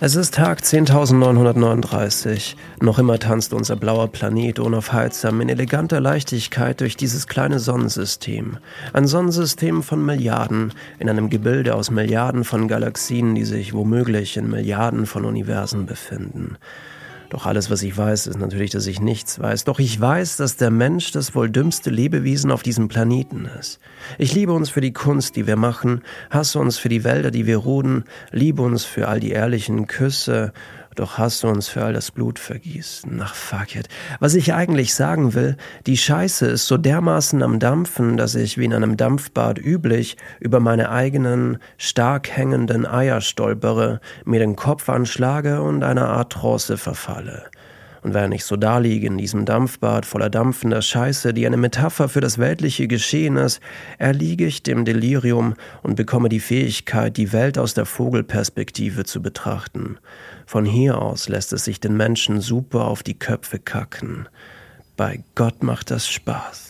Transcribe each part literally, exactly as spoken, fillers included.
Es ist Tag zehntausendneunhundertneununddreißig. Noch immer tanzt unser blauer Planet unaufhaltsam in eleganter Leichtigkeit durch dieses kleine Sonnensystem. Ein Sonnensystem von Milliarden, in einem Gebilde aus Milliarden von Galaxien, die sich womöglich in Milliarden von Universen befinden. Doch alles, was ich weiß, ist natürlich, dass ich nichts weiß. Doch ich weiß, dass der Mensch das wohl dümmste Lebewesen auf diesem Planeten ist. Ich liebe uns für die Kunst, die wir machen, hasse uns für die Wälder, die wir roden, liebe uns für all die ehrlichen Küsse, doch hasse uns für all das Blutvergießen. Ach, fuck it. Was ich eigentlich sagen will, die Scheiße ist so dermaßen am Dampfen, dass ich wie in einem Dampfbad üblich über meine eigenen, stark hängenden Eier stolpere, mir den Kopf anschlage und einer Art Trance verfalle. Und während ich so daliege in diesem Dampfbad voller dampfender Scheiße, die eine Metapher für das weltliche Geschehen ist, erliege ich dem Delirium und bekomme die Fähigkeit, die Welt aus der Vogelperspektive zu betrachten. Von hier aus lässt es sich den Menschen super auf die Köpfe kacken. Bei Gott macht das Spaß.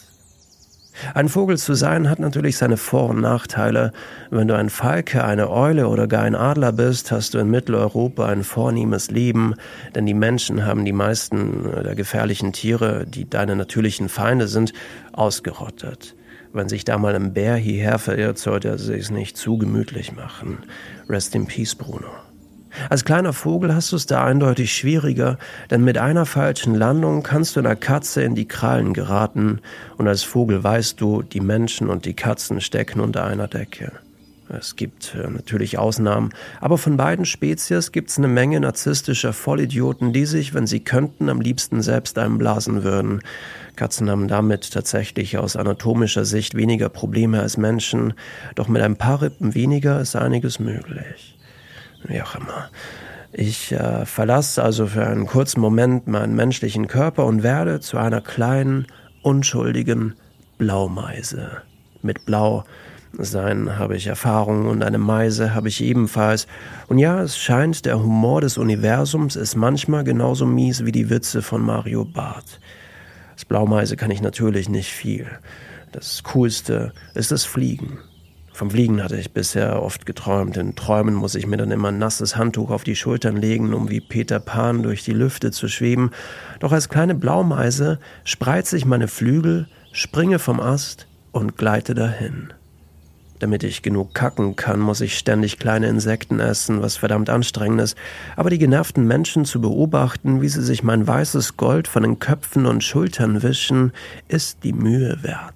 Ein Vogel zu sein hat natürlich seine Vor- und Nachteile. Wenn du ein Falke, eine Eule oder gar ein Adler bist, hast du in Mitteleuropa ein vornehmes Leben, denn die Menschen haben die meisten der gefährlichen Tiere, die deine natürlichen Feinde sind, ausgerottet. Wenn sich da mal ein Bär hierher verirrt, sollte er sich's nicht zu gemütlich machen. Rest in peace, Bruno. Als kleiner Vogel hast du es da eindeutig schwieriger, denn mit einer falschen Landung kannst du einer Katze in die Krallen geraten und als Vogel weißt du, die Menschen und die Katzen stecken unter einer Decke. Es gibt äh, natürlich Ausnahmen, aber von beiden Spezies gibt's eine Menge narzisstischer Vollidioten, die sich, wenn sie könnten, am liebsten selbst einblasen würden. Katzen haben damit tatsächlich aus anatomischer Sicht weniger Probleme als Menschen, doch mit ein paar Rippen weniger ist einiges möglich. Wie auch immer. Ich äh, verlasse also für einen kurzen Moment meinen menschlichen Körper und werde zu einer kleinen, unschuldigen Blaumeise. Mit Blau sein habe ich Erfahrung und eine Meise habe ich ebenfalls. Und ja, es scheint, der Humor des Universums ist manchmal genauso mies wie die Witze von Mario Barth. Als Blaumeise kann ich natürlich nicht viel. Das Coolste ist das Fliegen. Vom Fliegen hatte ich bisher oft geträumt. In Träumen muss ich mir dann immer ein nasses Handtuch auf die Schultern legen, um wie Peter Pan durch die Lüfte zu schweben. Doch als kleine Blaumeise spreize ich meine Flügel, springe vom Ast und gleite dahin. Damit ich genug kacken kann, muss ich ständig kleine Insekten essen, was verdammt anstrengend ist. Aber die genervten Menschen zu beobachten, wie sie sich mein weißes Gold von den Köpfen und Schultern wischen, ist die Mühe wert.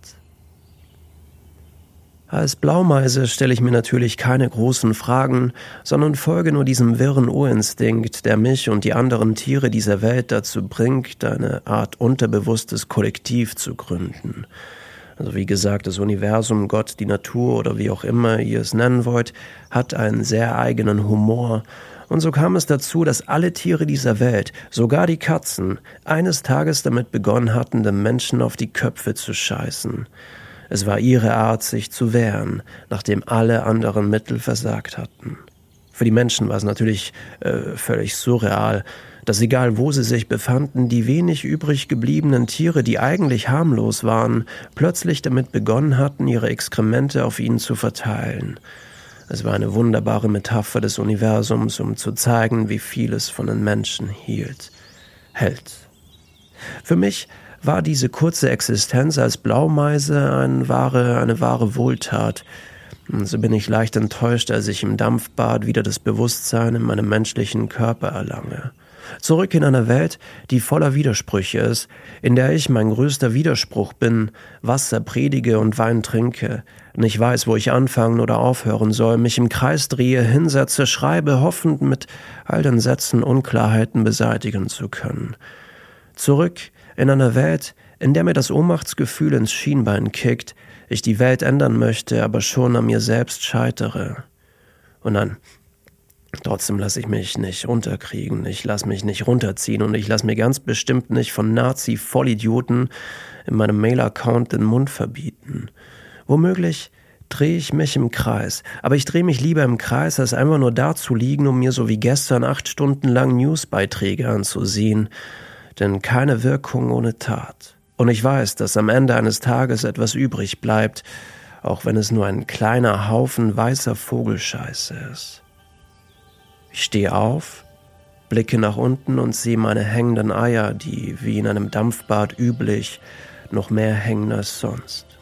Als Blaumeise stelle ich mir natürlich keine großen Fragen, sondern folge nur diesem wirren Urinstinkt, der mich und die anderen Tiere dieser Welt dazu bringt, eine Art unterbewusstes Kollektiv zu gründen. Also wie gesagt, das Universum, Gott, die Natur oder wie auch immer ihr es nennen wollt, hat einen sehr eigenen Humor. Und so kam es dazu, dass alle Tiere dieser Welt, sogar die Katzen, eines Tages damit begonnen hatten, dem Menschen auf die Köpfe zu scheißen. Es war ihre Art, sich zu wehren, nachdem alle anderen Mittel versagt hatten. Für die Menschen war es natürlich äh, völlig surreal, dass egal wo sie sich befanden, die wenig übrig gebliebenen Tiere, die eigentlich harmlos waren, plötzlich damit begonnen hatten, ihre Exkremente auf ihnen zu verteilen. Es war eine wunderbare Metapher des Universums, um zu zeigen, wie viel es von den Menschen hielt, hält. Für mich war diese kurze Existenz als Blaumeise eine wahre, eine wahre Wohltat. Und so bin ich leicht enttäuscht, als ich im Dampfbad wieder das Bewusstsein in meinem menschlichen Körper erlange. Zurück in einer Welt, die voller Widersprüche ist, in der ich mein größter Widerspruch bin, Wasser predige und Wein trinke, nicht weiß, wo ich anfangen oder aufhören soll, mich im Kreis drehe, hinsetze, schreibe, hoffend mit all den Sätzen Unklarheiten beseitigen zu können. Zurück in einer Welt, in der mir das Ohnmachtsgefühl ins Schienbein kickt, ich die Welt ändern möchte, aber schon an mir selbst scheitere. Und dann, trotzdem lasse ich mich nicht unterkriegen, ich lasse mich nicht runterziehen und ich lasse mir ganz bestimmt nicht von Nazi-Vollidioten in meinem Mail-Account den Mund verbieten. Womöglich drehe ich mich im Kreis, aber ich drehe mich lieber im Kreis, als einfach nur da zu liegen, um mir so wie gestern acht Stunden lang Newsbeiträge anzusehen. Denn keine Wirkung ohne Tat. Und ich weiß, dass am Ende eines Tages etwas übrig bleibt, auch wenn es nur ein kleiner Haufen weißer Vogelscheiße ist. Ich stehe auf, blicke nach unten und sehe meine hängenden Eier, die, wie in einem Dampfbad üblich, noch mehr hängen als sonst.